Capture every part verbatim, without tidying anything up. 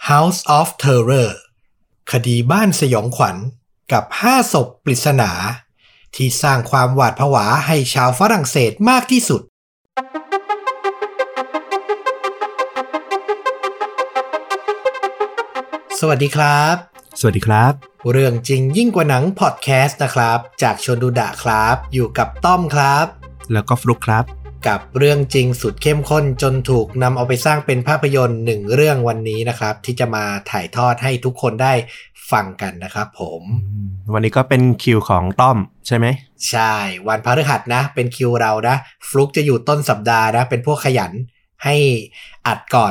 House of Terror คดีบ้านสยองขวัญกับห้าศพปริศนาที่สร้างความหวาดผวาให้ชาวฝรั่งเศสมากที่สุดสวัสดีครับสวัสดีครับเรื่องจริงยิ่งกว่าหนังพอดแคสต์นะครับจากชวนดูดะครับอยู่กับต้อมครับแล้วก็ฟลุ๊กครับกับเรื่องจริงสุดเข้มข้นจนถูกนำเอาไปสร้างเป็นภาพยนตร์หนึ่งเรื่องวันนี้นะครับที่จะมาถ่ายทอดให้ทุกคนได้ฟังกันนะครับผมวันนี้ก็เป็นคิวของต้อมใช่ไหมใช่วันพฤหัสนะเป็นคิวเรานะฟลุ๊กจะอยู่ต้นสัปดาห์นะเป็นพวกขยันให้อัดก่อน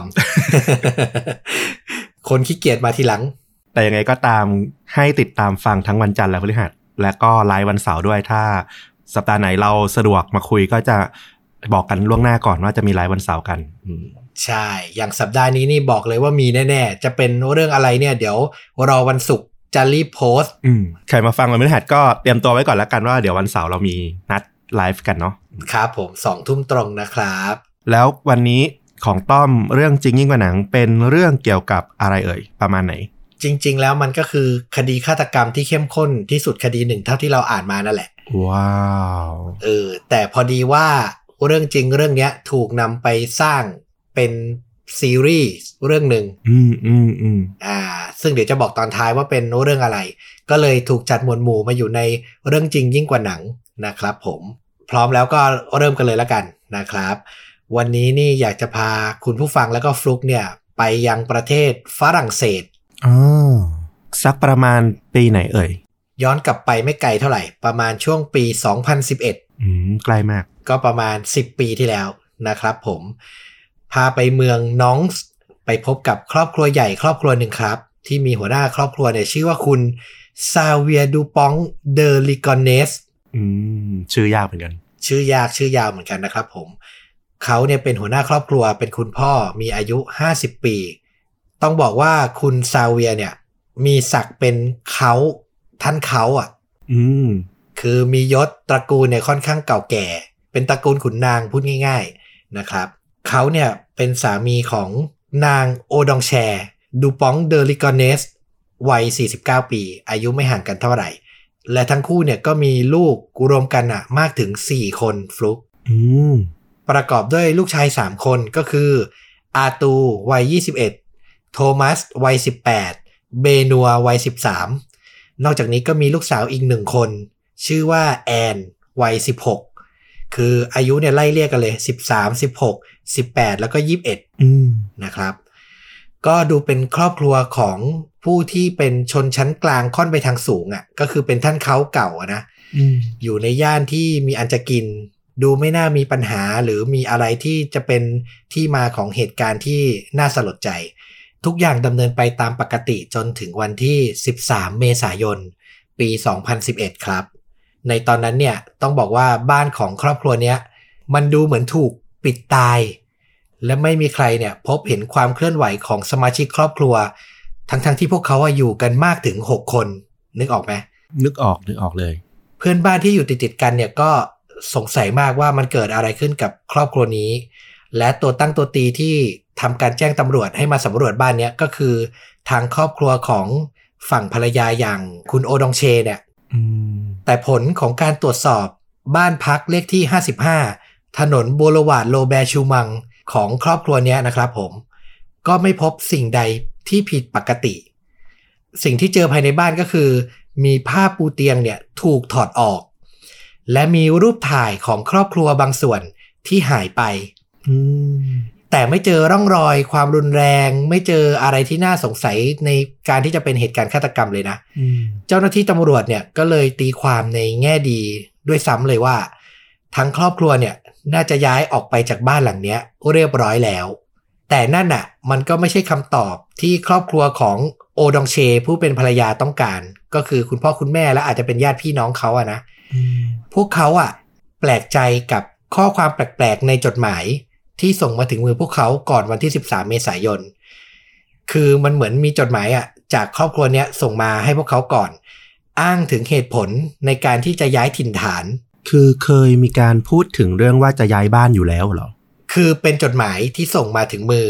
คนขี้เกียจมาทีหลังแต่ยังไงก็ตามให้ติดตามฟังทั้งวันจันทร์และพฤหัสและก็ไลฟ์วันเสาร์ด้วยถ้าสัปดาห์ไหนเราสะดวกมาคุยก็จะบอกกันล่วงหน้าก่อนว่าจะมีไลฟ์วันเสาร์กันใช่อย่างสัปดาห์นี้นี่บอกเลยว่ามีแน่ๆจะเป็นเรื่องอะไรเนี่ยเดี๋ยวรอวันศุกร์จะรีบโพสต์ใครมาฟังวันพฤหัสก็เตรียมตัวไว้ก่อนแล้วกันว่าเดี๋ยววันเสาร์เรามีนัดไลฟ์กันเนาะครับผมสองทุ่มตรงนะครับแล้ววันนี้ของต้อมเรื่องจริงยิ่งกว่าหนังเป็นเรื่องเกี่ยวกับอะไรเอ่ยประมาณไหนจริงๆแล้วมันก็คือคดีฆาตกรรมที่เข้มข้นที่สุดคดีหนึ่งเท่าที่เราอ่านมานั่นแหละว้าวเออแต่พอดีว่าเรื่องจริงเรื่องนี้ถูกนำไปสร้างเป็นซีรีส์เรื่องหนึ่งอืมอืมอืมอ่าซึ่งเดี๋ยวจะบอกตอนท้ายว่าเป็นเรื่องอะไรก็เลยถูกจัดหมวดหมู่มาอยู่ในเรื่องจริงยิ่งกว่าหนังนะครับผมพร้อมแล้วก็เริ่มกันเลยแล้วกันนะครับวันนี้นี่อยากจะพาคุณผู้ฟังแล้วก็ฟลุ๊กเนี่ยไปยังประเทศฝรั่งเศสอ๋อสักประมาณปีไหนเอ่ยย้อนกลับไปไม่ไกลเท่าไหร่ประมาณช่วงปีสองพันสิบเอ็ดอืมใกล้มากก็ประมาณสิบปีที่แล้วนะครับผมพาไปเมืองนองส์ไปพบกับครอบครัวใหญ่ครอบครัวหนึ่งครับที่มีหัวหน้าครอบครัวเนี่ยชื่อว่าคุณซาเวียดูปองเดอลิกอนเนสอืมชื่อยากเหมือนกันชื่อยากชื่อยาวเหมือนกันนะครับผมเขาเนี่ยเป็นหัวหน้าครอบครัวเป็นคุณพ่อมีอายุห้าสิบปีต้องบอกว่าคุณซาเวียเนี่ยมีศักดิ์เป็นเขาท่านเขาอ่ะอืมคือมียศตระกูลเนี่ยค่อนข้างเก่าแก่เป็นตระกูลขุนนางพูดง่ายๆนะครับเขาเนี่ยเป็นสามีของนางโอดองแชร์ดูปองเดอลิกอนเนสวัยสี่สิบเก้าปีอายุไม่ห่างกันเท่าไหร่และทั้งคู่เนี่ยก็มีลูกรวมกันอ่ะมากถึงสี่คนฟลุ๊กอืมประกอบด้วยลูกชายสามคนก็คืออาตูวัยยี่สิบเอ็ดโทมัสวัยสิบแปดเบนัววัยสิบสามนอกจากนี้ก็มีลูกสาวอีกหนึ่งคนชื่อว่าแอนวัยสิบหกคืออายุเนี่ยไล่เรียกกันเลยสิบสาม สิบหก สิบแปดแล้วก็ยี่สิบเอ็ดอืมนะครับก็ดูเป็นครอบครัวของผู้ที่เป็นชนชั้นกลางค่อนไปทางสูงอ่ะก็คือเป็นท่านเค้าเก่านะอ, อยู่ในย่านที่มีอันจะกินดูไม่น่ามีปัญหาหรือมีอะไรที่จะเป็นที่มาของเหตุการณ์ที่น่าสลดใจทุกอย่างดำเนินไปตามปกติจนถึงวันที่สิบสามเมษายนปีสองพันสิบเอ็ดครับในตอนนั้นเนี่ยต้องบอกว่าบ้านของครอบครัวเนี้ยมันดูเหมือนถูกปิดตายและไม่มีใครเนี่ยพบเห็นความเคลื่อนไหวของสมาชิกครอบครัวทั้งๆที่พวกเขาอยู่กันมากถึงหกคนนึกออกไหมนึกออกนึกออกเลยเพื่อนบ้านที่อยู่ติดๆกันเนี่ยก็สงสัยมากว่ามันเกิดอะไรขึ้นกับครอบครัวนี้และตัวตั้งตัวตีที่ทำการแจ้งตำรวจให้มาสำรวจบ้านเนี้ยก็คือทางครอบครัวของฝั่งภรรยาอย่างคุณโอดองเชเนี่ยแต่ผลของการตรวจสอบบ้านพักเลขที่ห้าสิบห้าถนนบูรวาร์ดโลแบร์ชูมังของครอบครัวเนี้ยนะครับผมก็ไม่พบสิ่งใดที่ผิดปกติสิ่งที่เจอภายในบ้านก็คือมีผ้าปูเตียงเนี่ยถูกถอดออกและมีรูปถ่ายของครอบครัวบางส่วนที่หายไปแต่ไม่เจอร่องรอยความรุนแรงไม่เจออะไรที่น่าสงสัยในการที่จะเป็นเหตุการณ์ฆาตกรรมเลยนะเจ้าหน้าที่ตำรวจเนี่ยก็เลยตีความในแง่ดีด้วยซ้ำเลยว่าทั้งครอบครัวเนี่ยน่าจะย้ายออกไปจากบ้านหลังเนี้ยเรียบร้อยแล้วแต่นั่นน่ะมันก็ไม่ใช่คำตอบที่ครอบครัวของโอดองเชผู้เป็นภรรยาต้องการก็คือคุณพ่อคุณแม่และอาจจะเป็นญาติพี่น้องเขาอะนะพวกเขาอะแปลกใจกับข้อความแปลกๆในจดหมายที่ส่งมาถึงมือพวกเขาก่อนวันที่สิบสามเมษายนคือมันเหมือนมีจดหมายอะจากครอบครัวเนี้ยส่งมาให้พวกเขาก่อนอ้างถึงเหตุผลในการที่จะย้ายถิ่นฐานคือเคยมีการพูดถึงเรื่องว่าจะย้ายบ้านอยู่แล้วเหรอคือเป็นจดหมายที่ส่งมาถึงมือ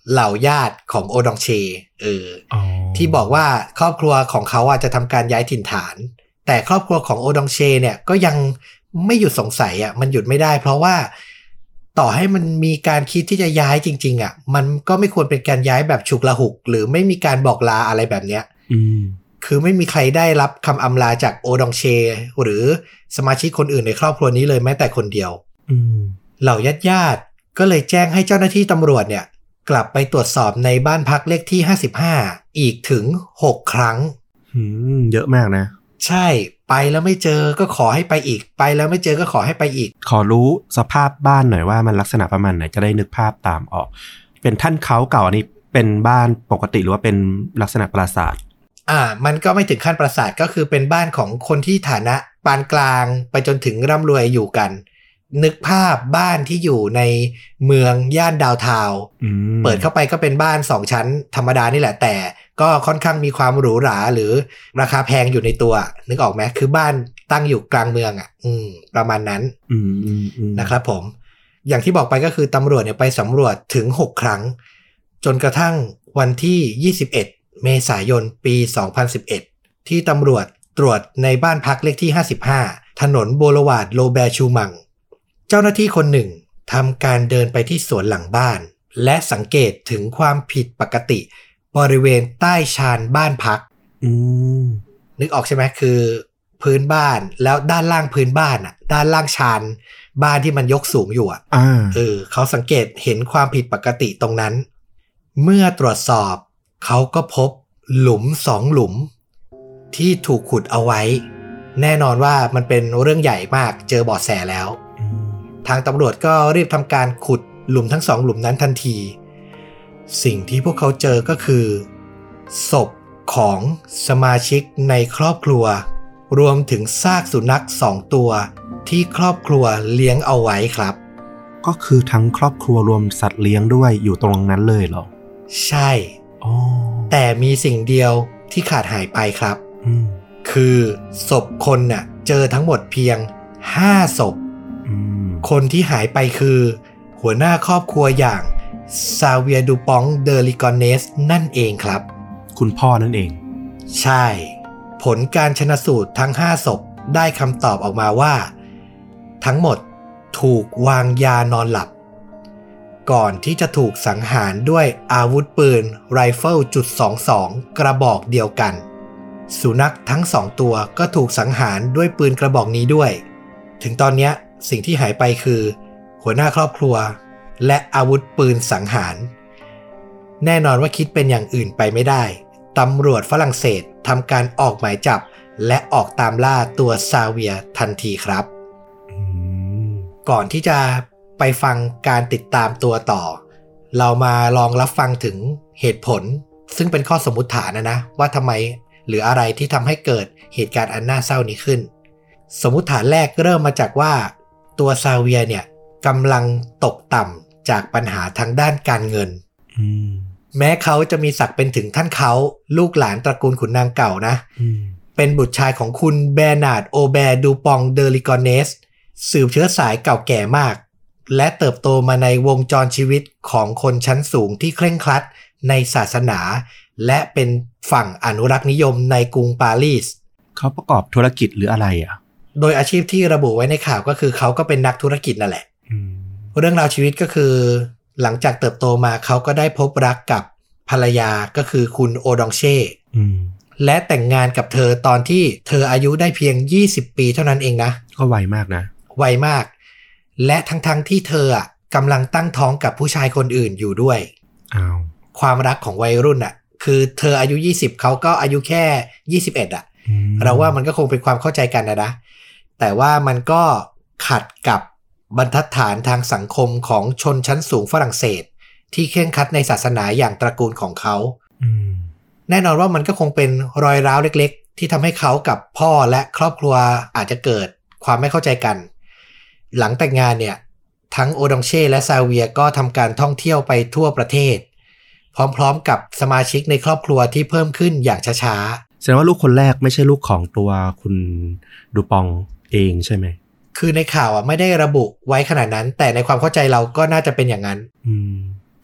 เหล่าญาติของโอดองเชเออ oh. ที่บอกว่าครอบครัวของเขาอ่ะจะทำการย้ายถิ่นฐานแต่ครอบครัวของโอดองเชเนี่ยก็ยังไม่หยุดสงสัยอ่ะมันหยุดไม่ได้เพราะว่าต่อให้มันมีการคิดที่จะย้ายจริงๆอ่ะมันก็ไม่ควรเป็นการย้ายแบบฉุกละหุกหรือไม่มีการบอกลาอะไรแบบเนี้ย mm. คือไม่มีใครได้รับคำอำลาจากโอดองเชหรือสมาชิกคนอื่นในครอบครัวนี้เลยแม้แต่คนเดียว mm. เหล่าญาติๆก็เลยแจ้งให้เจ้าหน้าที่ตำรวจเนี่ยกลับไปตรวจสอบในบ้านพักเลขที่ห้าสิบห้าอีกถึงหกครั้ง hmm, เยอะมากนะใช่ไปแล้วไม่เจอก็ขอให้ไปอีกไปแล้วไม่เจอก็ขอให้ไปอีกขอรู้สภาพบ้านหน่อยว่ามันลักษณะประมาณไหนจะได้นึกภาพตามออกเป็นท่านเขาเก่าอันนี้เป็นบ้านปกติหรือว่าเป็นลักษณะปราสาทอ่ามันก็ไม่ถึงขั้นปราสาทก็คือเป็นบ้านของคนที่ฐานะปานกลางไปจนถึงร่ำรวยอยู่กันนึกภาพบ้านที่อยู่ในเมืองย่านดาวทาวน์เปิดเข้าไปก็เป็นบ้านสองชั้นธรรมดานี่แหละแต่ก็ค่อนข้างมีความหรูหราหรือราคาแพงอยู่ในตัวนึกออกไหมคือบ้านตั้งอยู่กลางเมืองอ่ะอืมประมาณนั้นนะครับผมอย่างที่บอกไปก็คือตำรวจเนี่ยไปสำรวจถึงหกครั้งจนกระทั่งวันที่ยี่สิบเอ็ดเมษายนปีสองพันสิบเอ็ดที่ตำรวจตรวจในบ้านพักเลขที่ห้าสิบห้าถนนโบลวาร์ดโรแบร์ชูมังเจ้าหน้าที่คนหนึ่งทำการเดินไปที่สวนหลังบ้านและสังเกตถึงความผิดปกติบริเวณใต้ชานบ้านพักอืมนึกออกใช่ไหมคือพื้นบ้านแล้วด้านล่างพื้นบ้านอ่ะด้านล่างชานบ้านที่มันยกสูงอยู่อ่ะเออเขาสังเกตเห็นความผิดปกติตรงนั้นเมื่อตรวจสอบเขาก็พบหลุมสองหลุมที่ถูกขุดเอาไว้แน่นอนว่ามันเป็นเรื่องใหญ่มากเจอเบาะแสแล้วทางตำรวจก็รีบทำการขุดหลุมทั้งสองหลุมนั้นทันทีสิ่งที่พวกเขาเจอก็คือศพของสมาชิกในครอบครัวรวมถึงซากสุนัขสองตัวที่ครอบครัวเลี้ยงเอาไว้ครับก็คือทั้งครอบครัวรวมสัตว์เลี้ยงด้วยอยู่ตรงนั้นเลยเหรอใช่แต่มีสิ่งเดียวที่ขาดหายไปครับคือศพคนน่ะเจอทั้งหมดเพียงห้าศพคนที่หายไปคือหัวหน้าครอบครัวอย่างซาเวียดูปองเดอริกอนเนสนั่นเองครับคุณพ่อนั่นเองใช่ผลการชันสูตรทั้งห้าศพได้คำตอบออกมาว่าทั้งหมดถูกวางยานอนหลับก่อนที่จะถูกสังหารด้วยอาวุธปืนไรเฟิลจุดสองสองกระบอกเดียวกันสุนัขทั้งสองตัวก็ถูกสังหารด้วยปืนกระบอกนี้ด้วยถึงตอนนี้สิ่งที่หายไปคือหัวหน้าครอบครัวและอาวุธปืนสังหารแน่นอนว่าคิดเป็นอย่างอื่นไปไม่ได้ตำรวจฝรั่งเศสทำการออกหมายจับและออกตามล่าตัวซาเวียทันทีครับก่อนที่จะไปฟังการติดตามตัวต่อเรามาลองรับฟังถึงเหตุผลซึ่งเป็นข้อสมมุติฐานนะนะว่าทำไมหรืออะไรที่ทำให้เกิดเหตุการณ์อันน่าเศร้านี้ขึ้นสมมุติฐานแรกเริ่มมาจากว่าตัวซาเวียเนี่ยกำลังตกต่ำจากปัญหาทางด้านการเงินแม้เขาจะมีศักดิ์เป็นถึงท่านเขาลูกหลานตระกูลขุนนางเก่านะเป็นบุตรชายของคุณแบร์นาร์ดโอแบร์ดูปองเดอริกอนเนสสืบเชื้อสายเก่าแก่มากและเติบโตมาในวงจรชีวิตของคนชั้นสูงที่เคร่งครัดในศาสนาและเป็นฝั่งอนุรักษ์นิยมในกรุงปารีสเขาประกอบธุรกิจหรืออะไรอ่ะโดยอาชีพที่ระบุไว้ในข่าวก็คือเขาก็เป็นนักธุรกิจนั่นแหละเรื่องราวชีวิตก็คือหลังจากเติบโตมาเขาก็ได้พบรักกับภรรยาก็คือคุณโอดองเช่และแต่งงานกับเธอตอนที่เธออายุได้เพียงยี่สิบปีเท่านั้นเองนะก็ไวมากนะไวมากและทั้งๆที่เธออ่ะกำลังตั้งท้องกับผู้ชายคนอื่นอยู่ด้วยอ้าวความรักของวัยรุ่นอ่ะคือเธออายุยี่สิบเขาก็อายุแค่ยี่สิบเอ็ดอ่ะเราว่ามันก็คงเป็นความเข้าใจกันนะนะแต่ว่ามันก็ขัดกับบรรทัดฐานทางสังคมของชนชั้นสูงฝรั่งเศสที่เคร่งครัดในศาสนาอย่างตระกูลของเขาแน่นอนว่ามันก็คงเป็นรอยร้าวเล็กๆที่ทำให้เขากับพ่อและครอบครัวอาจจะเกิดความไม่เข้าใจกันหลังแต่งงานเนี่ยทั้งโอดองเช่และซาเวียก็ทำการท่องเที่ยวไปทั่วประเทศพร้อมๆกับสมาชิกในครอบครัวที่เพิ่มขึ้นอย่างช้าๆแสดงว่าลูกคนแรกไม่ใช่ลูกของตัวคุณดูปองเองใช่ไหมคือในข่าวอ่ะไม่ได้ระบุไว้ขนาดนั้นแต่ในความเข้าใจเราก็น่าจะเป็นอย่างนั้น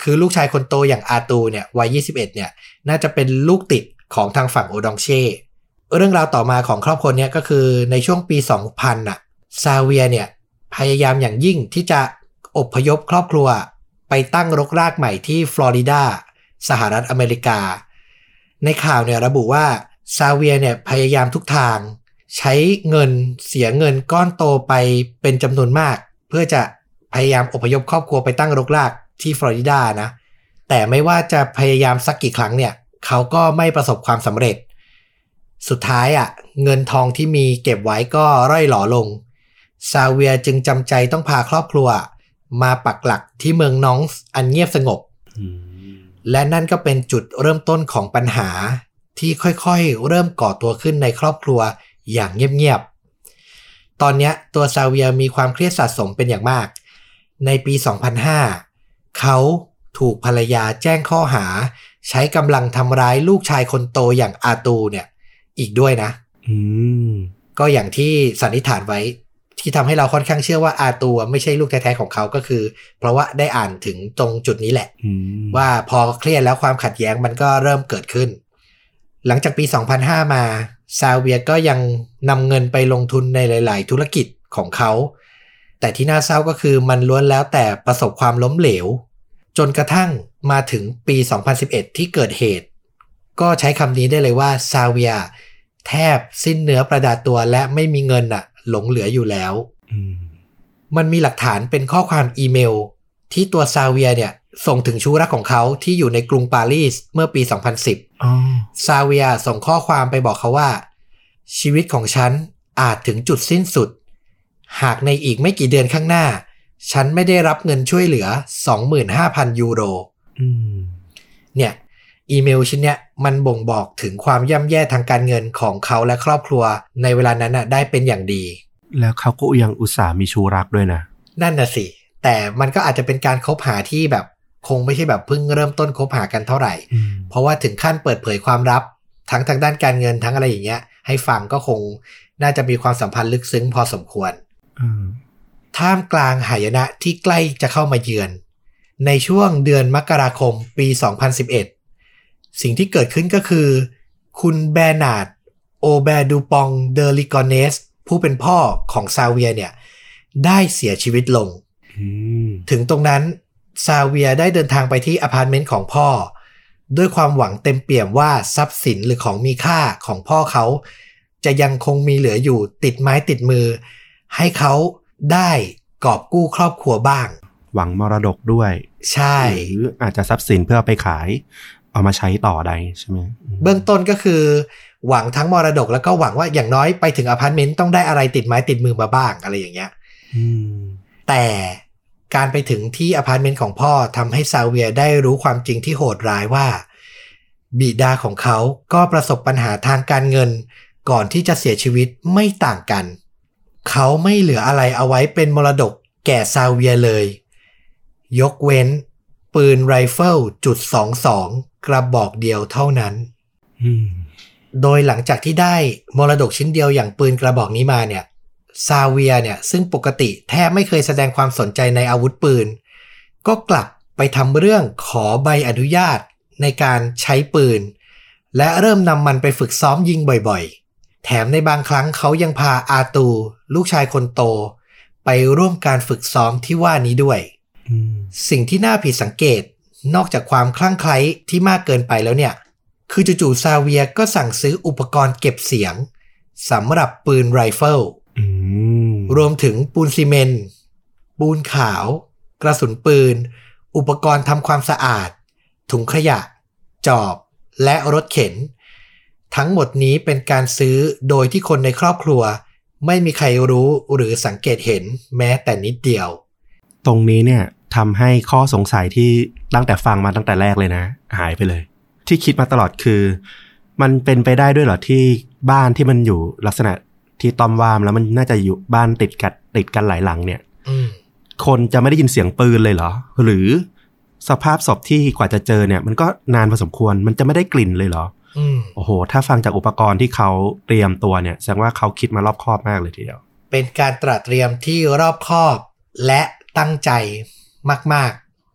คือลูกชายคนโตอย่างอาตูเนี่ยวัยยี่สิบเอ็ดเนี่ยน่าจะเป็นลูกติดของทางฝั่งโอดองเช่เรื่องราวต่อมาของครอบครัวนี้ก็คือในช่วงปีสองพันน่ะซาเวียเนี่ยพยายามอย่างยิ่งที่จะอพยพครอบครัวไปตั้งรกรากใหม่ที่ฟลอริดาสหรัฐอเมริกาในข่าวเนี่ยระบุว่าซาเวียเนี่ยพยายามทุกทางใช้เงินเสียเงินก้อนโตไปเป็นจำนวนมากเพื่อจะพยายามอพยพครอบครัวไปตั้งรกรากที่ฟลอริดานะแต่ไม่ว่าจะพยายามสักกี่ครั้งเนี่ยเขาก็ไม่ประสบความสำเร็จสุดท้ายอ่ะเงินทองที่มีเก็บไว้ก็ร่อยหลอลงซาเวียจึงจำใจต้องพาครอบครัวมาปักหลักที่เมืองนองส์อันเงียบสงบ hmm. และนั่นก็เป็นจุดเริ่มต้นของปัญหาที่ค่อยๆเริ่มก่อตัวขึ้นในครอบครัวอย่างเงียบๆตอนนี้ตัวซาเวียมีความเครียดสะสมเป็นอย่างมากในปีสองพันห้าเขาถูกภรรยาแจ้งข้อหาใช้กำลังทำร้ายลูกชายคนโตอย่างอาตูเนี่ยอีกด้วยนะ mm. ก็อย่างที่สันนิษฐานไว้ที่ทำให้เราค่อนข้างเชื่อว่าอาตูไม่ใช่ลูกแท้ๆของเขาก็คือเพราะว่าได้อ่านถึงตรงจุดนี้แหละ mm. ว่าพอเครียดแล้วความขัดแย้งมันก็เริ่มเกิดขึ้นหลังจากปีสองพันห้ามาซาเวียก็ยังนำเงินไปลงทุนในหลายๆธุรกิจของเขาแต่ที่น่าเศร้าก็คือมันล้วนแล้วแต่ประสบความล้มเหลวจนกระทั่งมาถึงปีสองพันสิบเอ็ดที่เกิดเหตุก็ใช้คำนี้ได้เลยว่าซาเวียแทบสิ้นเนื้อประดาตัวและไม่มีเงินน่ะหลงเหลืออยู่แล้ว mm. มันมีหลักฐานเป็นข้อความอีเมลที่ตัวซาเวียเนี่ยส่งถึงชู้รักของเขาที่อยู่ในกรุงปารีสเมื่อปีสองพันสิบ oh. ซาเวียส่งข้อความไปบอกเขาว่าชีวิตของฉันอาจถึงจุดสิ้นสุดหากในอีกไม่กี่เดือนข้างหน้าฉันไม่ได้รับเงินช่วยเหลือ สองหมื่นห้าพัน ยูโร mm. เนี่ยอีเมลชิ้นเนี้ยมันบ่งบอกถึงความย่ำแย่ทางการเงินของเขาและครอบครัวในเวลานั้นน่ะได้เป็นอย่างดีแล้วเขาก็ยังอุตส่าห์มีชู้รักด้วยนะนั่นน่ะสิแต่มันก็อาจจะเป็นการคบหาที่แบบคงไม่ใช่แบบเพิ่งเริ่มต้นคบหากันเท่าไหร่เพราะว่าถึงขั้นเปิดเผยความลับทั้งทางด้านการเงินทั้งอะไรอย่างเงี้ยให้ฟังก็คงน่าจะมีความสัมพันธ์ลึกซึ้งพอสมควรท่ามกลางหายนะที่ใกล้จะเข้ามาเยือนในช่วงเดือนมกราคมปีสองพันสิบเอ็ดสิ่งที่เกิดขึ้นก็คือคุณแบร์นาร์ดโอแบร์ดูปองเดอริกอนเนสผู้เป็นพ่อของซาเวียเนี่ยได้เสียชีวิตลง hmm. ถึงตรงนั้นซาเวียได้เดินทางไปที่อพาร์ตเมนต์ของพ่อด้วยความหวังเต็มเปี่ยมว่าทรัพย์สินหรือของมีค่าของพ่อเขาจะยังคงมีเหลืออยู่ติดไม้ติดมือให้เขาได้กอบกู้ครอบครัวบ้างหวังมรดกด้วยใช่หรืออาจจะทรัพย์สินเพื่อไปขายเอามาใช้ต่อได้ใช่ไหมเบื้องต้นก็คือหวังทั้งมรดกแล้วก็หวังว่าอย่างน้อยไปถึงอพาร์ตเมนต์ต้องได้อะไรติดไม้ติดมือมาบ้างอะไรอย่างเงี้ยแต่การไปถึงที่อพาร์ตเมนต์ของพ่อทำให้ซาเวียได้รู้ความจริงที่โหดร้ายว่าบิดาของเขาก็ประสบปัญหาทางการเงินก่อนที่จะเสียชีวิตไม่ต่างกันเขาไม่เหลืออะไรเอาไว้เป็นมรดกแก่ซาเวียเลยยกเว้นปืนไรเฟิลจุดสองสองกระบอกเดียวเท่านั้นโดยหลังจากที่ได้มรดกชิ้นเดียวอย่างปืนกระบอกนี้มาเนี่ยซาเวียเนี่ยซึ่งปกติแทบไม่เคยแสดงความสนใจในอาวุธปืนก็กลับไปทำเรื่องขอใบอนุญาตในการใช้ปืนและเริ่มนำมันไปฝึกซ้อมยิงบ่อยๆแถมในบางครั้งเขายังพาอาตูลูกชายคนโตไปร่วมการฝึกซ้อมที่ว่านี้ด้วยสิ่งที่น่าผิดสังเกตนอกจากความคลั่งไคล้ที่มากเกินไปแล้วเนี่ยคือจู่ๆซาเวียก็สั่งซื้ออุปกรณ์เก็บเสียงสำหรับปืนไรเฟิลรวมถึงปูนซีเมนต์ปูนขาวกระสุนปืนอุปกรณ์ทำความสะอาดถุงขยะจอบและรถเข็นทั้งหมดนี้เป็นการซื้อโดยที่คนในครอบครัวไม่มีใครรู้หรือสังเกตเห็นแม้แต่นิดเดียวตรงนี้เนี่ยทำให้ข้อสงสัยที่ตั้งแต่ฟังมาตั้งแต่แรกเลยนะหายไปเลยที่คิดมาตลอดคือมันเป็นไปได้ด้วยเหรอที่บ้านที่มันอยู่ลักษณะที่ต้อมวามแล้วมันน่าจะอยู่บ้านติดกันติดกันหลายหลังเนี่ยคนจะไม่ได้ยินเสียงปืนเลยเหรอหรือสภาพศพที่กว่าจะเจอเนี่ยมันก็นานพอสมควรมันจะไม่ได้กลิ่นเลยเหรอโอ้โหถ้าฟังจากอุปกรณ์ที่เขาเตรียมตัวเนี่ยแสดงว่าเขาคิดมารอบคอบมากเลยทีเดียวเป็นการตระเตรียมที่รอบคอบและตั้งใจมากๆ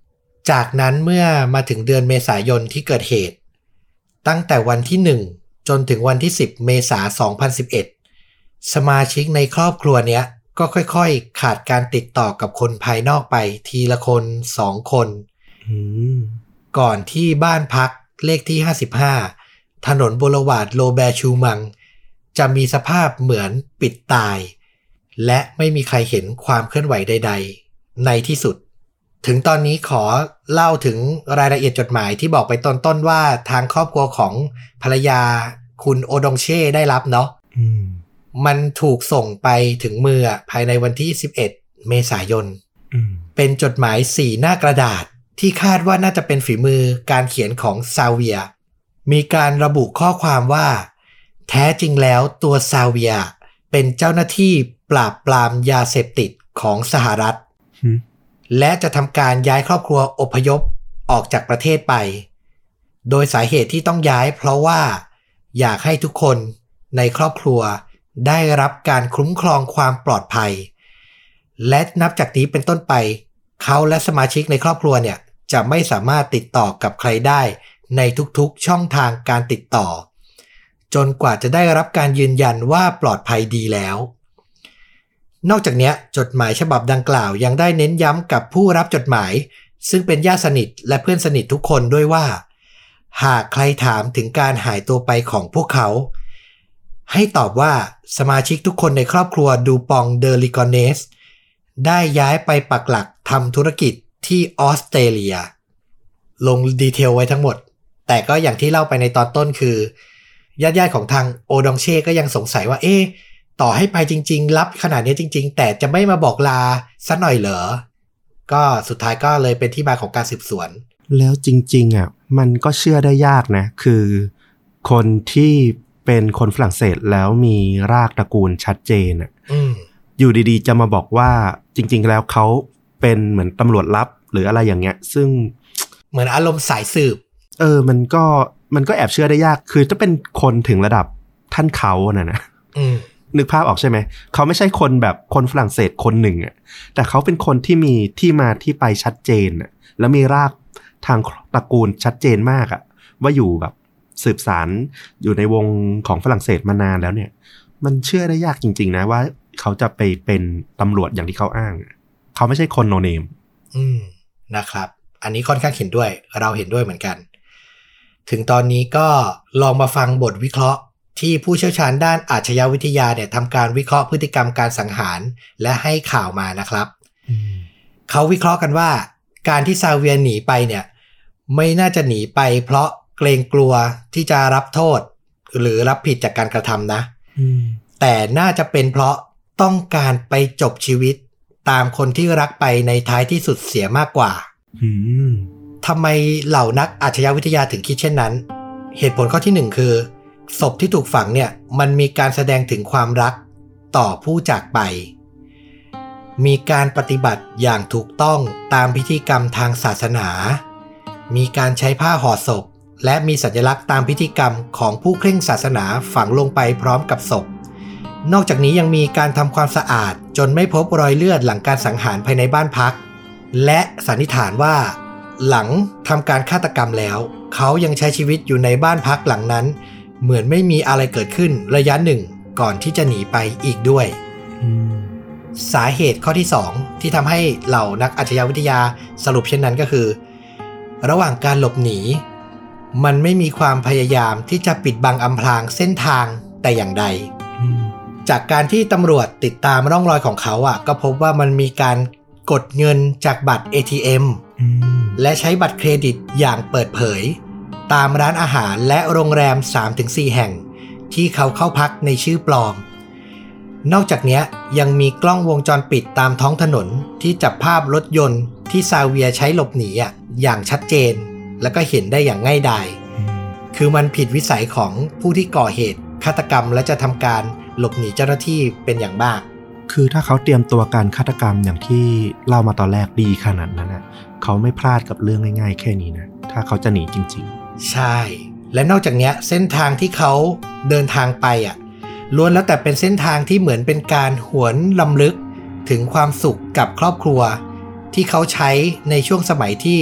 จากนั้นเมื่อมาถึงเดือนเมษายนที่เกิดเหตุตั้งแต่วันที่หนึ่งจนถึงวันที่สิบเมษายนสองพันสิบเอ็ดสมาชิกในครอบครัวเนี้ยก็ค่อยๆขาดการติดต่อกับคนภายนอกไปทีละคนสองคนก่อนที่บ้านพักเลขที่ห้าสิบห้าถนนบูรวาร์ดโรแบร์ชูมังจะมีสภาพเหมือนปิดตายและไม่มีใครเห็นความเคลื่อนไหวใดๆในที่สุดถึงตอนนี้ขอเล่าถึงรายละเอียดจดหมายที่บอกไปตอนต้นว่าทางครอบครัวของภรรยาคุณโอดงเช่ได้รับเนาะมันถูกส่งไปถึงมือภายในวันที่สิบเอ็ดเมษายนเป็นจดหมายสี่หน้ากระดาษที่คาดว่าน่าจะเป็นฝีมือการเขียนของซาเวียมีการระบุข้อความว่าแท้จริงแล้วตัวซาเวียเป็นเจ้าหน้าที่ปราบปรามยาเสพติดของสหรัฐและจะทำการย้ายครอบครัวอพยพออกจากประเทศไปโดยสาเหตุที่ต้องย้ายเพราะว่าอยากให้ทุกคนในครอบครัวได้รับการคุ้มครองความปลอดภัยและนับจากนี้เป็นต้นไปเขาและสมาชิกในครอบครัวเนี่ยจะไม่สามารถติดต่อกับใครได้ในทุกๆช่องทางการติดต่อจนกว่าจะได้รับการยืนยันว่าปลอดภัยดีแล้วนอกจากนี้จดหมายฉบับดังกล่าวยังได้เน้นย้ำกับผู้รับจดหมายซึ่งเป็นญาติสนิทและเพื่อนสนิททุกคนด้วยว่าหากใครถามถึงการหายตัวไปของพวกเขาให้ตอบว่าสมาชิกทุกคนในครอบครัวดูปองเดอริกอนเนสได้ย้ายไปปักหลักทำธุรกิจที่ออสเตรเลียลงดีเทลไว้ทั้งหมดแต่ก็อย่างที่เล่าไปในตอนต้นคือญาติๆของทางโอดองเช่ก็ยังสงสัยว่าเอ๊ะต่อให้ไปจริงๆรับขนาดนี้จริงๆแต่จะไม่มาบอกลาซะหน่อยเหรอก็สุดท้ายก็เลยเป็นที่มาของการสืบสวนแล้วจริงๆอ่ะมันก็เชื่อได้ยากนะคือคนที่เป็นคนฝรั่งเศสแล้วมีรากตระกูลชัดเจนอ่ะอยู่ดีๆจะมาบอกว่าจริงๆแล้วเขาเป็นเหมือนตำรวจลับหรืออะไรอย่างเงี้ยซึ่งเหมือนอารมณ์สายสืบเออมันก็มันก็แอบเชื่อได้ยากคือถ้าเป็นคนถึงระดับท่านเขาน่ะนะนึกภาพออกใช่ไหมเขาไม่ใช่คนแบบคนฝรั่งเศสคนหนึ่งอ่ะแต่เขาเป็นคนที่มีที่มาที่ไปชัดเจนอ่ะแล้วมีรากทางตระกูลชัดเจนมากอ่ะว่าอยู่แบบสืบสารอยู่ในวงของฝรั่งเศสมานานแล้วเนี่ยมันเชื่อได้ยากจริงๆนะว่าเขาจะไปเป็นตำรวจอย่างที่เขาอ้างเขาไม่ใช่คนโนเนมอืมนะครับอันนี้ค่อนข้างเห็นด้วยเราเห็นด้วยเหมือนกันถึงตอนนี้ก็ลองมาฟังบทวิเคราะห์ที่ผู้เชี่ยวชาญด้านอาชญาวิทยาเนี่ยทำการวิเคราะห์พฤติกรรมการสังหารและให้ข่าวมานะครับเขาวิเคราะห์กันว่าการที่ซาเวียหนีไปเนี่ยไม่น่าจะหนีไปเพราะเกรงกลัวที่จะรับโทษหรือรับผิดจากการกระทำนะแต่น่าจะเป็นเพราะต้องการไปจบชีวิตตามคนที่รักไปในท้ายที่สุดเสียมากกว่าทำไมเหล่านักอาชญาวิทยาถึงคิดเช่นนั้นเหตุผลข้อที่หนึ่งคือศพที่ถูกฝังเนี่ยมันมีการแสดงถึงความรักต่อผู้จากไปมีการปฏิบัติอย่างถูกต้องตามพิธีกรรมทางศาสนามีการใช้ผ้าห่อศพและมีสัญลักษณ์ตามพิธีกรรมของผู้เคร่งศาสนาฝังลงไปพร้อมกับศพนอกจากนี้ยังมีการทำความสะอาดจนไม่พบรอยเลือดหลังการสังหารภายในบ้านพักและสันนิษฐานว่าหลังทำการฆาตกรรมแล้วเขายังใช้ชีวิตอยู่ในบ้านพักหลังนั้นเหมือนไม่มีอะไรเกิดขึ้นระยะหนึ่งก่อนที่จะหนีไปอีกด้วยสาเหตุข้อที่สองที่ทำให้เหล่านักอาชญาวิทยาสรุปเช่นนั้นก็คือระหว่างการหลบหนีมันไม่มีความพยายามที่จะปิดบังอำพรางเส้นทางแต่อย่างใดจากการที่ตำรวจติดตามร่องรอยของเขาอ่ะก็พบว่ามันมีการกดเงินจากบัตร เอ ที เอ็ม และใช้บัตรเครดิตอย่างเปิดเผยตามร้านอาหารและโรงแรม สามถึงสี่ แห่งที่เขาเข้าพักในชื่อปลอมนอกจากนี้ยังมีกล้องวงจรปิดตามท้องถนนที่จับภาพรถยนต์ที่ซาเวียใช้หลบหนีอ่ะอย่างชัดเจนและก็เห็นได้อย่างง่ายดายคือมันผิดวิสัยของผู้ที่ก่อเหตุฆาตกรรมและจะทำการหลบหนีเจ้าหน้าที่เป็นอย่างมากคือถ้าเขาเตรียมตัวการฆาตกรรมอย่างที่เล่ามาตอนแรกดีขนาดนั้นนะเขาไม่พลาดกับเรื่องง่ายๆแค่นี้นะถ้าเขาจะหนีจริงๆใช่และนอกจากนี้เส้นทางที่เขาเดินทางไปอ่ะล้วนแล้วแต่เป็นเส้นทางที่เหมือนเป็นการหวนรำลึกถึงความสุขกับครอบครัวที่เขาใช้ในช่วงสมัยที่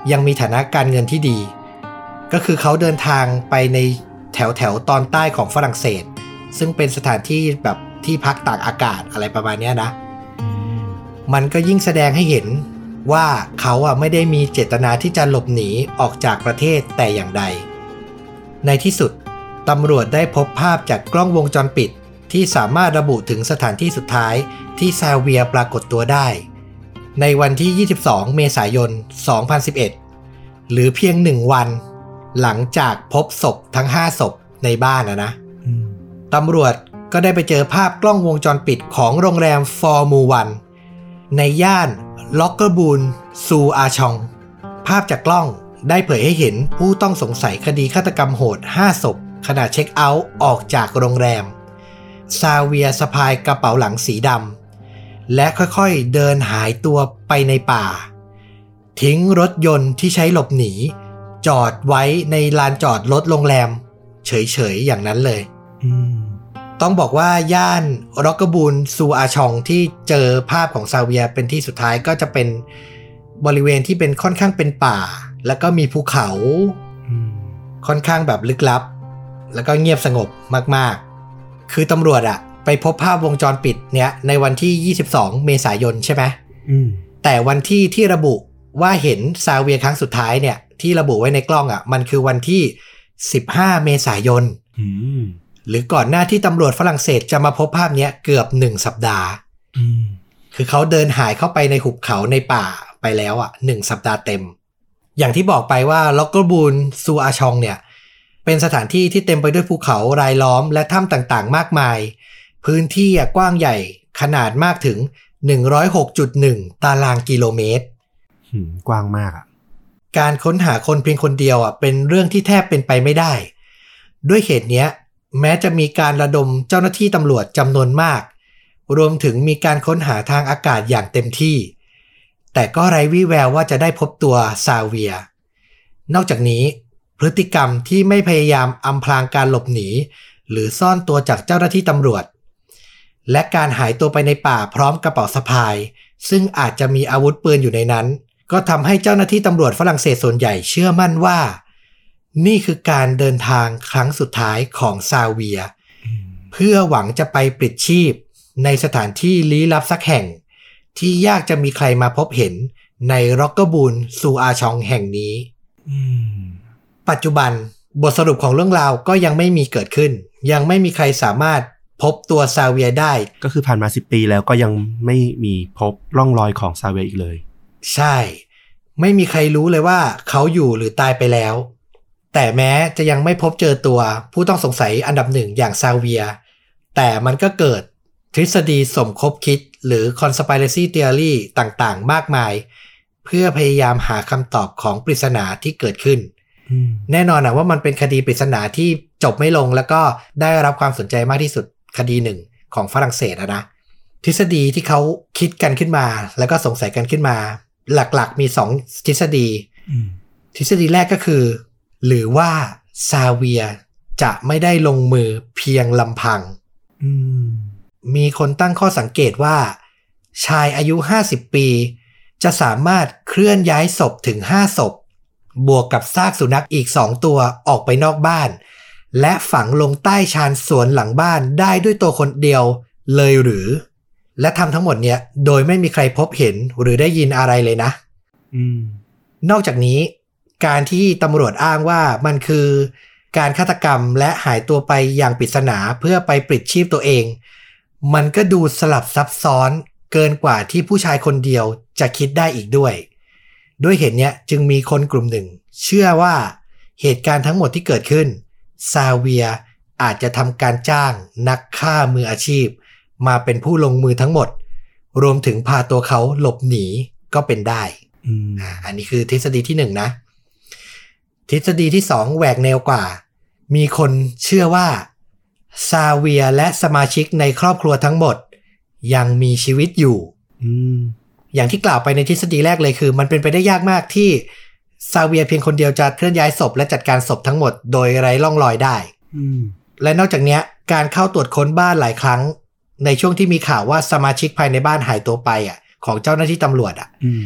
ยังมีฐานะการเงินที่ดีก็คือเขาเดินทางไปในแถวแถวตอนใต้ของฝรั่งเศสซึ่งเป็นสถานที่แบบที่พักตากอากาศอะไรประมาณนี้นะมันก็ยิ่งแสดงให้เห็นว่าเขาอ่ะไม่ได้มีเจตนาที่จะหลบหนีออกจากประเทศแต่อย่างใดในที่สุดตำรวจได้พบภาพจากกล้องวงจรปิดที่สามารถระบุถึงสถานที่สุดท้ายที่ซาเวียปรากฏตัวได้ในวันที่ยี่สิบสองเมษายนสองพันสิบเอ็ดหรือเพียงหนึ่งวันหลังจากพบศพทั้งห้าศพในบ้านนะนะตำรวจก็ได้ไปเจอภาพกล้องวงจรปิดของโรงแรมฟอร์มูวันในย่านล็อกเกอร์บูนซูอาชองภาพจากกล้องได้เผยให้เห็นผู้ต้องสงสัยคดีฆาตกรรมโหดห้าศพขณะเช็คเอาท์ออกจากโรงแรมซาเวียสะพายกระเป๋าหลังสีดำและค่อยๆเดินหายตัวไปในป่าทิ้งรถยนต์ที่ใช้หลบหนีจอดไว้ในลานจอดรถโรงแรมเฉยๆอย่างนั้นเลยต้องบอกว่าย่านร็อกเกอร์บูนซูอาชองที่เจอภาพของซาเวียเป็นที่สุดท้ายก็จะเป็นบริเวณที่เป็นค่อนข้างเป็นป่าแล้วก็มีภูเขาค่อนข้างแบบลึกลับแล้วก็เงียบสงบมากๆคือตำรวจอะไปพบภาพวงจรปิดเนี้ยในวันที่ยี่สิบสองเมษายนใช่ไหมแต่วันที่ที่ระบุว่าเห็นซาเวียครั้งสุดท้ายเนี่ยที่ระบุไว้ในกล้องอะมันคือวันที่สิบห้าเมษายนหรือก่อนหน้าที่ตำรวจฝรั่งเศสจะมาพบภาพนี้เกือบหนึ่งสัปดาห์คือเขาเดินหายเข้าไปในหุบเขาในป่าไปแล้วอ่ะหนึ่งสัปดาห์เต็มอย่างที่บอกไปว่าล็อกเกอร์บูนซูอาชองเนี่ยเป็นสถานที่ที่เต็มไปด้วยภูเขารายล้อมและถ้ำต่างๆมากมายพื้นที่กว้างใหญ่ขนาดมากถึง หนึ่งร้อยหกจุดหนึ่ง ตารางกิโลเมตรกว้างมากอ่ะการค้นหาคนเพียงคนเดียวอ่ะเป็นเรื่องที่แทบเป็นไปไม่ได้ด้วยเหตุเนี้ยแม้จะมีการระดมเจ้าหน้าที่ตำรวจจำนวนมากรวมถึงมีการค้นหาทางอากาศอย่างเต็มที่แต่ก็ไร้วี่แววว่าจะได้พบตัวซาเวียนอกจากนี้พฤติกรรมที่ไม่พยายามอำพรางการหลบหนีหรือซ่อนตัวจากเจ้าหน้าที่ตำรวจและการหายตัวไปในป่าพร้อมกระเป๋าสะพายซึ่งอาจจะมีอาวุธปืนอยู่ในนั้นก็ทำให้เจ้าหน้าที่ตำรวจฝรั่งเศสส่วนใหญ่เชื่อมั่นว่านี่คือการเดินทางครั้งสุดท้ายของซาเวียเพื่อหวังจะไปปลิดชีพในสถานที่ลี้ลับสักแห่งที่ยากจะมีใครมาพบเห็นในร็อกเกอร์บูนซูอาชองแห่งนี้ปัจจุบันบทสรุปของเรื่องราวก็ยังไม่มีเกิดขึ้นยังไม่มีใครสามารถพบตัวซาเวียได้ก็คือผ่านมาสิบปีแล้วก็ยังไม่มีพบร่องรอยของซาเวียอีกเลยใช่ไม่มีใครรู้เลยว่าเขาอยู่หรือตายไปแล้วแต่แม้จะยังไม่พบเจอตัวผู้ต้องสงสัยอันดับหนึ่งอย่างซาเวียแต่มันก็เกิดทฤษฎีสมคบคิดหรือ conspiracy theory ต่างๆมากมายเพื่อพยายามหาคำตอบของปริศนาที่เกิดขึ้นแน่นอนนะว่ามันเป็นคดีปริศนาที่จบไม่ลงแล้วก็ได้รับความสนใจมากที่สุดคดีหนึ่งของฝรั่งเศสนะนะทฤษฎีที่เขาคิดกันขึ้นมาแล้วก็สงสัยกันขึ้นมาหลักๆมีสองทฤษฎีทฤษฎีแรกก็คือหรือว่าซาเวียจะไม่ได้ลงมือเพียงลำพังมีคนตั้งข้อสังเกตว่าชายอายุห้าสิบปีจะสามารถเคลื่อนย้ายศพถึงห้าศพบวกกับซากสุนัขอีกสองตัวออกไปนอกบ้านและฝังลงใต้ชานสวนหลังบ้านได้ด้วยตัวคนเดียวเลยหรือและทำทั้งหมดเนี้ยโดยไม่มีใครพบเห็นหรือได้ยินอะไรเลยนะนอกจากนี้การที่ตำรวจอ้างว่ามันคือการฆาตกรรมและหายตัวไปอย่างปริศนาเพื่อไปปลิดชีพตัวเองมันก็ดูสลับซับซ้อนเกินกว่าที่ผู้ชายคนเดียวจะคิดได้อีกด้วยด้วยเหตุนี้จึงมีคนกลุ่มหนึ่งเชื่อว่าเหตุการณ์ทั้งหมดที่เกิดขึ้นซาเวียอาจจะทำการจ้างนักฆ่ามืออาชีพมาเป็นผู้ลงมือทั้งหมดรวมถึงพาตัวเขาหลบหนีก็เป็นได้ อ่า อันนี้คือทฤษฎีที่หนึ่งนะทฤษฎีที่สองแหวกแนวกว่ามีคนเชื่อว่าซาเวียและสมาชิกในครอบครัวทั้งหมดยังมีชีวิตอยู่อย่างที่กล่าวไปในทฤษฎีแรกเลยคือมันเป็นไปได้ยากมากที่ซาเวียเพียงคนเดียวจะเคลื่อนย้ายศพและจัดการศพทั้งหมดโดยไร้ร่องรอยได้และนอกจากนี้การเข้าตรวจค้นบ้านหลายครั้งในช่วงที่มีข่าวว่าสมาชิกภายในบ้านหายตัวไปอ่ะของเจ้าหน้าที่ตำรวจอ่ะ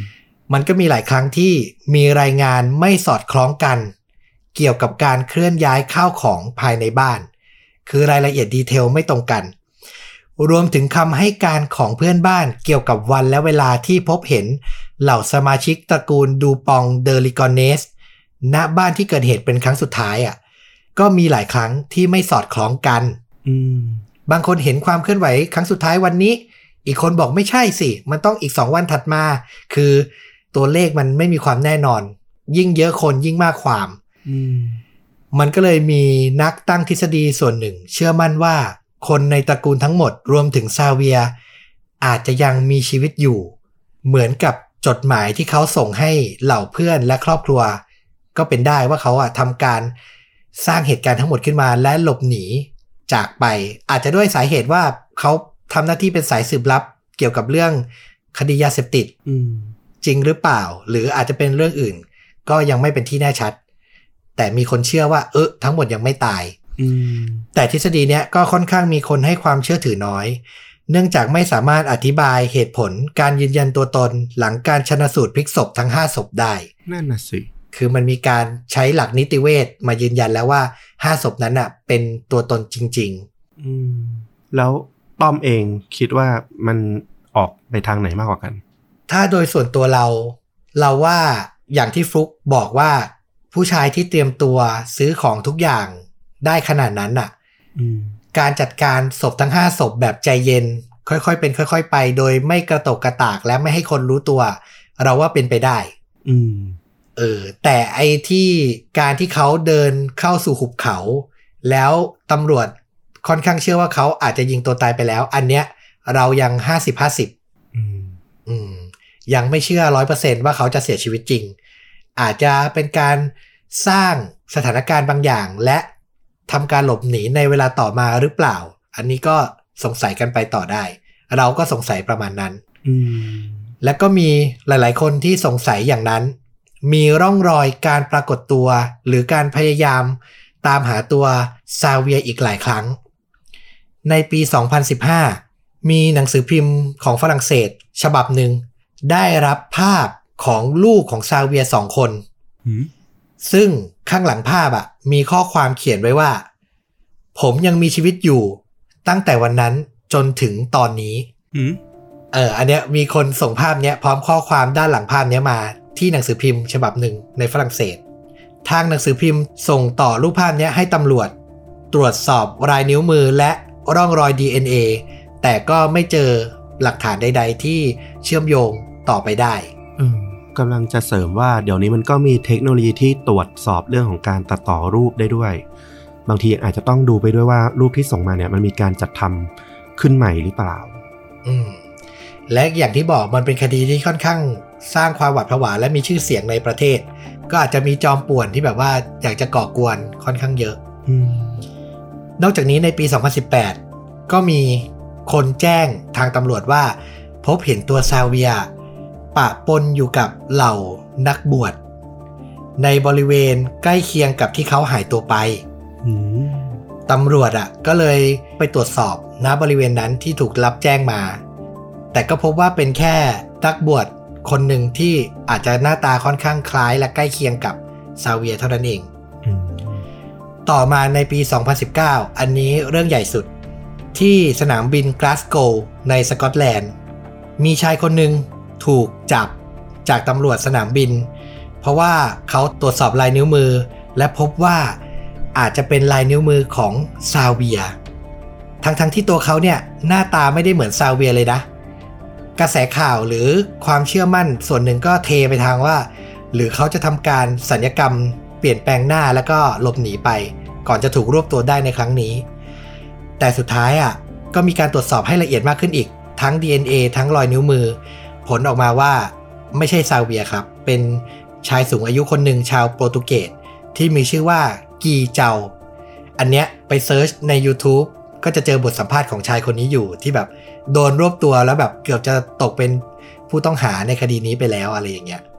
มันก็มีหลายครั้งที่มีรายงานไม่สอดคล้องกันเกี่ยวกับการเคลื่อนย้ายข้าวของภายในบ้านคือรายละเอียดดีเทลไม่ตรงกันรวมถึงคำให้การของเพื่อนบ้านเกี่ยวกับวันและเวลาที่พบเห็นเหล่าสมาชิกตระกูลดูปองเดอริกอนเนสณบ้านที่เกิดเหตุเป็นครั้งสุดท้ายอ่ะก็มีหลายครั้งที่ไม่สอดคล้องกันอืมบางคนเห็นความเคลื่อนไหวครั้งสุดท้ายวันนี้อีกคนบอกไม่ใช่สิมันต้องอีกสองวันถัดมาคือตัวเลขมันไม่มีความแน่นอนยิ่งเยอะคนยิ่งมากความอืมมันก็เลยมีนักตั้งทฤษฎีส่วนหนึ่งเชื่อมั่นว่าคนในตระกูลทั้งหมดรวมถึงซาเวียอาจจะยังมีชีวิตอยู่เหมือนกับจดหมายที่เขาส่งให้เหล่าเพื่อนและครอบครัวก็เป็นได้ว่าเขาอะทำการสร้างเหตุการณ์ทั้งหมดขึ้นมาและหลบหนีจากไปอาจจะด้วยสาเหตุว่าเขาทำหน้าที่เป็นสายสืบลับเกี่ยวกับเรื่องคดียาเสพติดจริงหรือเปล่าหรืออาจจะเป็นเรื่องอื่นก็ยังไม่เป็นที่แน่ชัดแต่มีคนเชื่อว่าเออทั้งหมดยังไม่ตายแต่ทฤษฎีเนี้ยก็ค่อนข้างมีคนให้ความเชื่อถือน้อยเนื่องจากไม่สามารถอธิบายเหตุผลการยืนยันตัวตนหลังการชันสูตรพลิกศพทั้งห้าศพได้นั่นน่ะสิคือมันมีการใช้หลักนิติเวชมายืนยันแล้วว่าห้าศพนั้นน่ะเป็นตัวตนจริงๆอืมแล้วต้อมเองคิดว่ามันออกไปทางไหนมากกว่ากันถ้าโดยส่วนตัวเราเราว่าอย่างที่ฟลุกบอกว่าผู้ชายที่เตรียมตัวซื้อของทุกอย่างได้ขนาดนั้นน่ะการจัดการศพทั้งห้าศพแบบใจเย็นค่อยๆเป็นค่อยๆไปโดยไม่กระตกกระตากและไม่ให้คนรู้ตัวเราว่าเป็นไปได้อืมเออแต่ไอ้ที่การที่เขาเดินเข้าสู่หุบเขาแล้วตำรวจค่อนข้างเชื่อว่าเขาอาจจะยิงตัวตายไปแล้วอันเนี้ยเรายัง ห้าสิบ ห้าสิบอืมอืมยังไม่เชื่อ ร้อยเปอร์เซ็นต์ ว่าเขาจะเสียชีวิตจริงอาจจะเป็นการสร้างสถานการณ์บางอย่างและทำการหลบหนีในเวลาต่อมาหรือเปล่าอันนี้ก็สงสัยกันไปต่อได้เราก็สงสัยประมาณนั้นและก็มีหลายๆคนที่สงสัยอย่างนั้นมีร่องรอยการปรากฏตัวหรือการพยายามตามหาตัวซาเวียอีกหลายครั้งในปีสองพันสิบห้ามีหนังสือพิมพ์ของฝรั่งเศสฉบับหนึ่งได้รับภาพของลูกของซาเวียสองคนซึ่งข้างหลังภาพอ่ะมีข้อความเขียนไว้ว่าผมยังมีชีวิตอยู่ตั้งแต่วันนั้นจนถึงตอนนี้เอออันเนี้ยมีคนส่งภาพเนี้ยพร้อมข้อความด้านหลังภาพเนี้ยมาที่หนังสือพิมพ์ฉบับหนึ่งในฝรั่งเศสทางหนังสือพิมพ์ส่งต่อรูปภาพเนี้ยให้ตำรวจตรวจสอบลายนิ้วมือและร่องรอย ดี เอ็น เอ แต่ก็ไม่เจอหลักฐานใดๆที่เชื่อมโยงต่อไปได้กำลังจะเสริมว่าเดี๋ยวนี้มันก็มีเทคโนโลยีที่ตรวจสอบเรื่องของการตัดต่อรูปได้ด้วยบางทีอาจจะต้องดูไปด้วยว่ารูปที่ส่งมาเนี่ยมันมีการจัดทำขึ้นใหม่หรือเปล่าอืมและอย่างที่บอกมันเป็นคดีที่ค่อนข้างสร้างความหวาดผวาและมีชื่อเสียงในประเทศก็อาจจะมีจอมป่วนที่แบบว่าอยากจะก่อกวนค่อนข้างเยอะนอกจากนี้ในปีสองพันสิบแปดก็มีคนแจ้งทางตำรวจว่าพบเห็นตัวซาเวียปะปนอยู่กับเหล่านักบวชในบริเวณใกล้เคียงกับที่เขาหายตัวไปตำรวจอ่ะก็เลยไปตรวจสอบณบริเวณนั้นที่ถูกรับแจ้งมาแต่ก็พบว่าเป็นแค่นักบวชคนหนึ่งที่อาจจะหน้าตาค่อนข้างคล้ายและใกล้เคียงกับซาเวียเท่านั้นเองต่อมาในปีสองพันสิบเก้าอันนี้เรื่องใหญ่สุดที่สนามบินกลาสโกว์ในสกอตแลนด์มีชายคนหนึ่งถูกจับจากตำรวจสนามบินเพราะว่าเขาตรวจสอบลายนิ้วมือและพบว่าอาจจะเป็นลายนิ้วมือของซาเวียทั้งๆ ท, ที่ตัวเขาเนี่ยหน้าตาไม่ได้เหมือนซาเวียเลยนะกระแสข่าวหรือความเชื่อมั่นส่วนหนึ่งก็เทไปทางว่าหรือเขาจะทำการศัลยกรรมเปลี่ยนแปลงหน้าแล้วก็หลบหนีไปก่อนจะถูกรวบตัวได้ในครั้งนี้แต่สุดท้ายอ่ะก็มีการตรวจสอบให้ละเอียดมากขึ้นอีกทั้ง ดี เอ็น เอ ทั้งรอยนิ้วมือผลออกมาว่าไม่ใช่ซาเวียครับเป็นชายสูงอายุคนหนึ่งชาวโปรตุเกสที่มีชื่อว่ากีเจาอันเนี้ยไปเซิร์ชใน YouTube ก็จะเจอบทสัมภาษณ์ของชายคนนี้อยู่ที่แบบโดนรวบตัวแล้วแบบเกือบจะตกเป็นผู้ต้องหาในคดีนี้ไปแล้วอะไรอย่างเงี้ย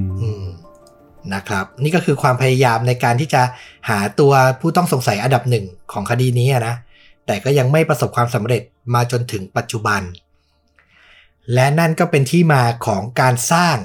นะครับนี่ก็คือความพยายามในการที่จะหาตัวผู้ต้องสงสัยอันดับหนึ่งของคดีนี้นะแต่ก็ยังไม่ประสบความสำเร็จมาจนถึงปัจจุบันและนั่นก็เป็นที่มาของการสร้าง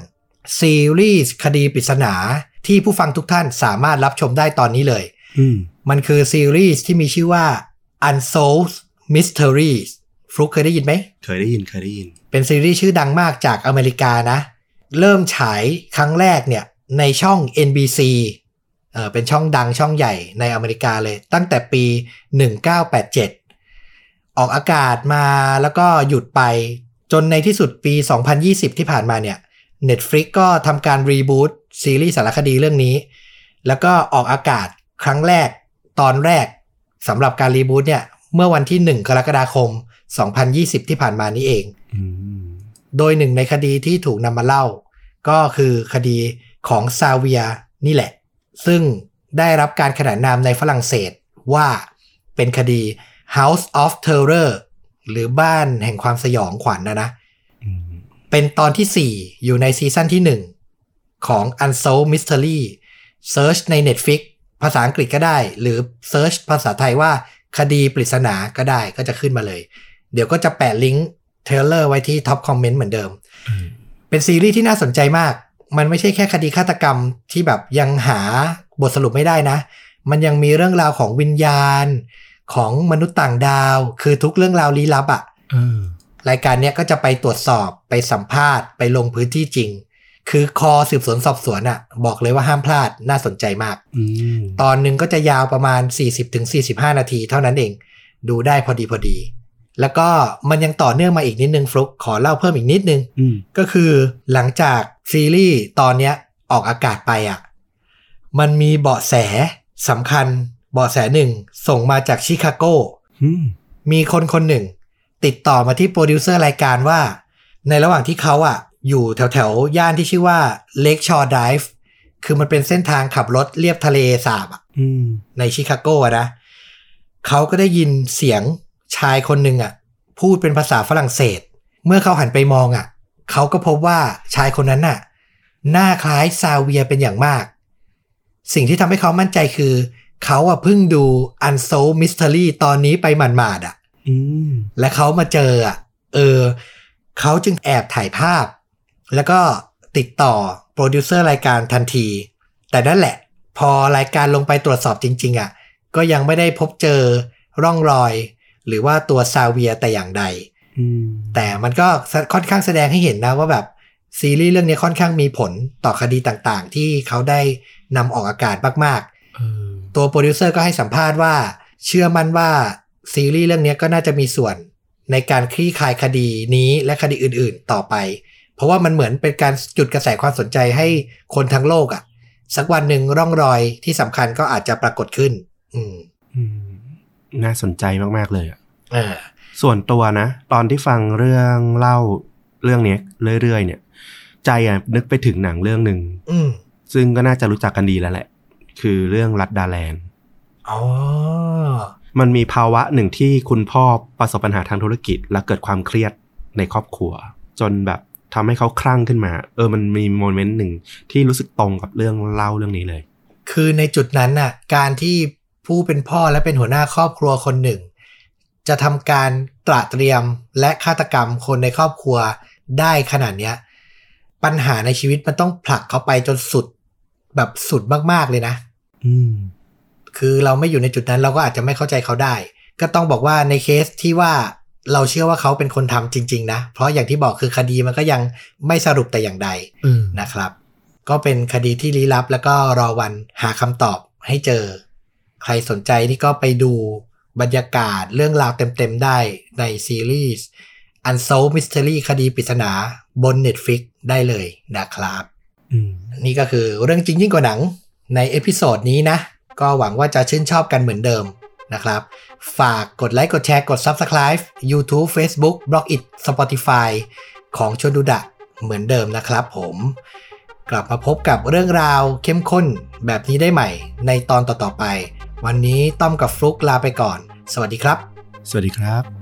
ซีรีส์คดีปริศนาที่ผู้ฟังทุกท่านสามารถรับชมได้ตอนนี้เลยมันคือซีรีส์ที่มีชื่อว่า Unsolved Mysteries ฟลุกเคยได้ยินไหมเคยได้ยินเคยได้ยินเป็นซีรีส์ชื่อดังมากจากอเมริกานะเริ่มฉายครั้งแรกเนี่ยในช่อง เอ็น บี ซี เอ่อเป็นช่องดังช่องใหญ่ในอเมริกาเลยตั้งแต่ปีหนึ่งพันเก้าร้อยแปดสิบเจ็ดออกอากาศมาแล้วก็หยุดไปจนในที่สุดปีสองพันยี่สิบที่ผ่านมาเนี่ย Netflix ก็ทำการรีบูตซีรีส์สารคดีเรื่องนี้แล้วก็ออกอากาศครั้งแรกตอนแรกสำหรับการรีบูตเนี่ยเมื่อวันที่หนึ่งกรกฎาคมสองพันยี่สิบที่ผ่านมานี้เอง mm. โดยหนึ่งในคดีที่ถูกนำมาเล่าก็คือคดีของซาเวียนี่แหละซึ่งได้รับการขนานนามในฝรั่งเศสว่าเป็นคดี House of Terror หรือบ้านแห่งความสยองขวัญ นะนะ mm. เป็นตอนที่สี่อยู่ในซีซั่นที่หนึ่งของ Unsolved Mystery Search ใน Netflix ภาษาอังกฤษก็ได้หรือ Search ภาษาไทยว่าคดีปริศนาก็ได้ก็จะขึ้นมาเลยเดี๋ยวก็จะแปะลิงก์เทรลเลอร์ไว้ที่ท็อปคอมเมนต์เหมือนเดิม mm. เป็นซีรีส์ที่น่าสนใจมากมันไม่ใช่แค่คดีฆาตกรรมที่แบบยังหาบทสรุปไม่ได้นะมันยังมีเรื่องราวของวิญญาณของมนุษย์ต่างดาวคือทุกเรื่องราวลี้ลับอ่ะ mm. รายการเนี้ยก็จะไปตรวจสอบไปสัมภาษณ์ไปลงพื้นที่จริงคือคอสืบสวนสอบสวนอ่ะบอกเลยว่าห้ามพลาดน่าสนใจมาก mm. ตอนหนึ่งก็จะยาวประมาณ สี่สิบถึงสี่สิบห้า นาทีเท่านั้นเองดูได้พอดีพอดีแล้วก็มันยังต่อเนื่องมาอีกนิดนึงฟลุกขอเล่าเพิ่มอีกนิดนึงก็คือหลังจากซีรีส์ตอนเนี้ยออกอากาศไปอ่ะมันมีเบาะแสสำคัญเบาะแสหนึ่งส่งมาจากชิคาโกมีคนคนหนึ่งติดต่อมาที่โปรดิวเซอร์รายการว่าในระหว่างที่เขาอ่ะอยู่แถวแถวย่านที่ชื่อว่า Lake Shore Drive คือมันเป็นเส้นทางขับรถเลียบทะเลสาบอ่ะในชิคาโกนะเขาก็ได้ยินเสียงชายคนหนึ่งอ่ะพูดเป็นภาษาฝรั่งเศสเมื่อเขาหันไปมองอ่ะเขาก็พบว่าชายคนนั้นน่ะหน้าคล้ายซาเวียเป็นอย่างมากสิ่งที่ทำให้เขามั่นใจคือเขาอ่ะเพิ่งดู Unsolved Mystery ตอนนี้ไปหมาดๆอ่ะและเขามาเจออ่ะเออเขาจึงแอบถ่ายภาพแล้วก็ติดต่อโปรดิวเซอร์รายการทันทีแต่นั่นแหละพอรายการลงไปตรวจสอบจริงๆอ่ะก็ยังไม่ได้พบเจอร่องรอยหรือว่าตัวซาเวียแต่อย่างใดแต่มันก็ค่อนข้างแสดงให้เห็นนะว่าแบบซีรีส์เรื่องนี้ค่อนข้างมีผลต่อคดีต่างๆที่เขาได้นำออกอากาศมากๆตัวโปรดิวเซอร์ก็ให้สัมภาษณ์ว่าเชื่อมั่นว่าซีรีส์เรื่องนี้ก็น่าจะมีส่วนในการคลี่คลายคดีนี้และคดีอื่นๆต่อไปเพราะว่ามันเหมือนเป็นการจุดกระแสความสนใจให้คนทั้งโลกอ่ะสักวันหนึ่งร่องรอยที่สำคัญก็อาจจะปรากฏขึ้นอืมน่าสนใจมากๆเลยอ่ะส่วนตัวนะตอนที่ฟังเรื่องเล่าเรื่องนี้เรื่อยๆเนี่ยใจอ่ะนึกไปถึงหนังเรื่องหนึ่งซึ่งก็น่าจะรู้จักกันดีแล้วแหละคือเรื่องรัดดาแลนด์อ๋อมันมีภาวะหนึ่งที่คุณพ่อประสบปัญหาทางธุรกิจและเกิดความเครียดในครอบครัวจนแบบทำให้เขาคลั่งขึ้นมาเออมันมีโมเมนต์หนึ่งที่รู้สึกตรงกับเรื่องเล่าเรื่องนี้เลยคือในจุดนั้นน่ะการที่ผู้เป็นพ่อและเป็นหัวหน้าครอบครัวคนหนึ่งจะทำการตระเตรียมและฆาตกรรมคนในครอบครัวได้ขนาดเนี้ยปัญหาในชีวิตมันต้องผลักเขาไปจนสุดแบบสุดมากๆเลยนะอืมคือเราไม่อยู่ในจุดนั้นเราก็อาจจะไม่เข้าใจเขาได้ก็ต้องบอกว่าในเคสที่ว่าเราเชื่อว่าเขาเป็นคนทำจริงๆนะเพราะอย่างที่บอกคือคดีมันก็ยังไม่สรุปแต่อย่างใดนะครับก็เป็นคดีที่ลี้ลับแล้วก็รอวันหาคำตอบให้เจอใครสนใจนี่ก็ไปดูบรรยากาศเรื่องราวเต็มๆได้ในซีรีส์ Unsolved Mystery คดีปริศนาบน Netflix ได้เลยนะครับนี่ก็คือเรื่องจริงยิ่งกว่าหนังในเอพิโซดนี้นะก็หวังว่าจะชื่นชอบกันเหมือนเดิมนะครับฝากกดไลค์กดแชร์กด Subscribe YouTube Facebook Blogit Spotify ของชวนดูดะเหมือนเดิมนะครับผมกลับมาพบกับเรื่องราวเข้มข้นแบบนี้ได้ใหม่ในตอนต่อๆไปวันนี้ต้อมกับฟลุกลาไปก่อนสวัสดีครับสวัสดีครับ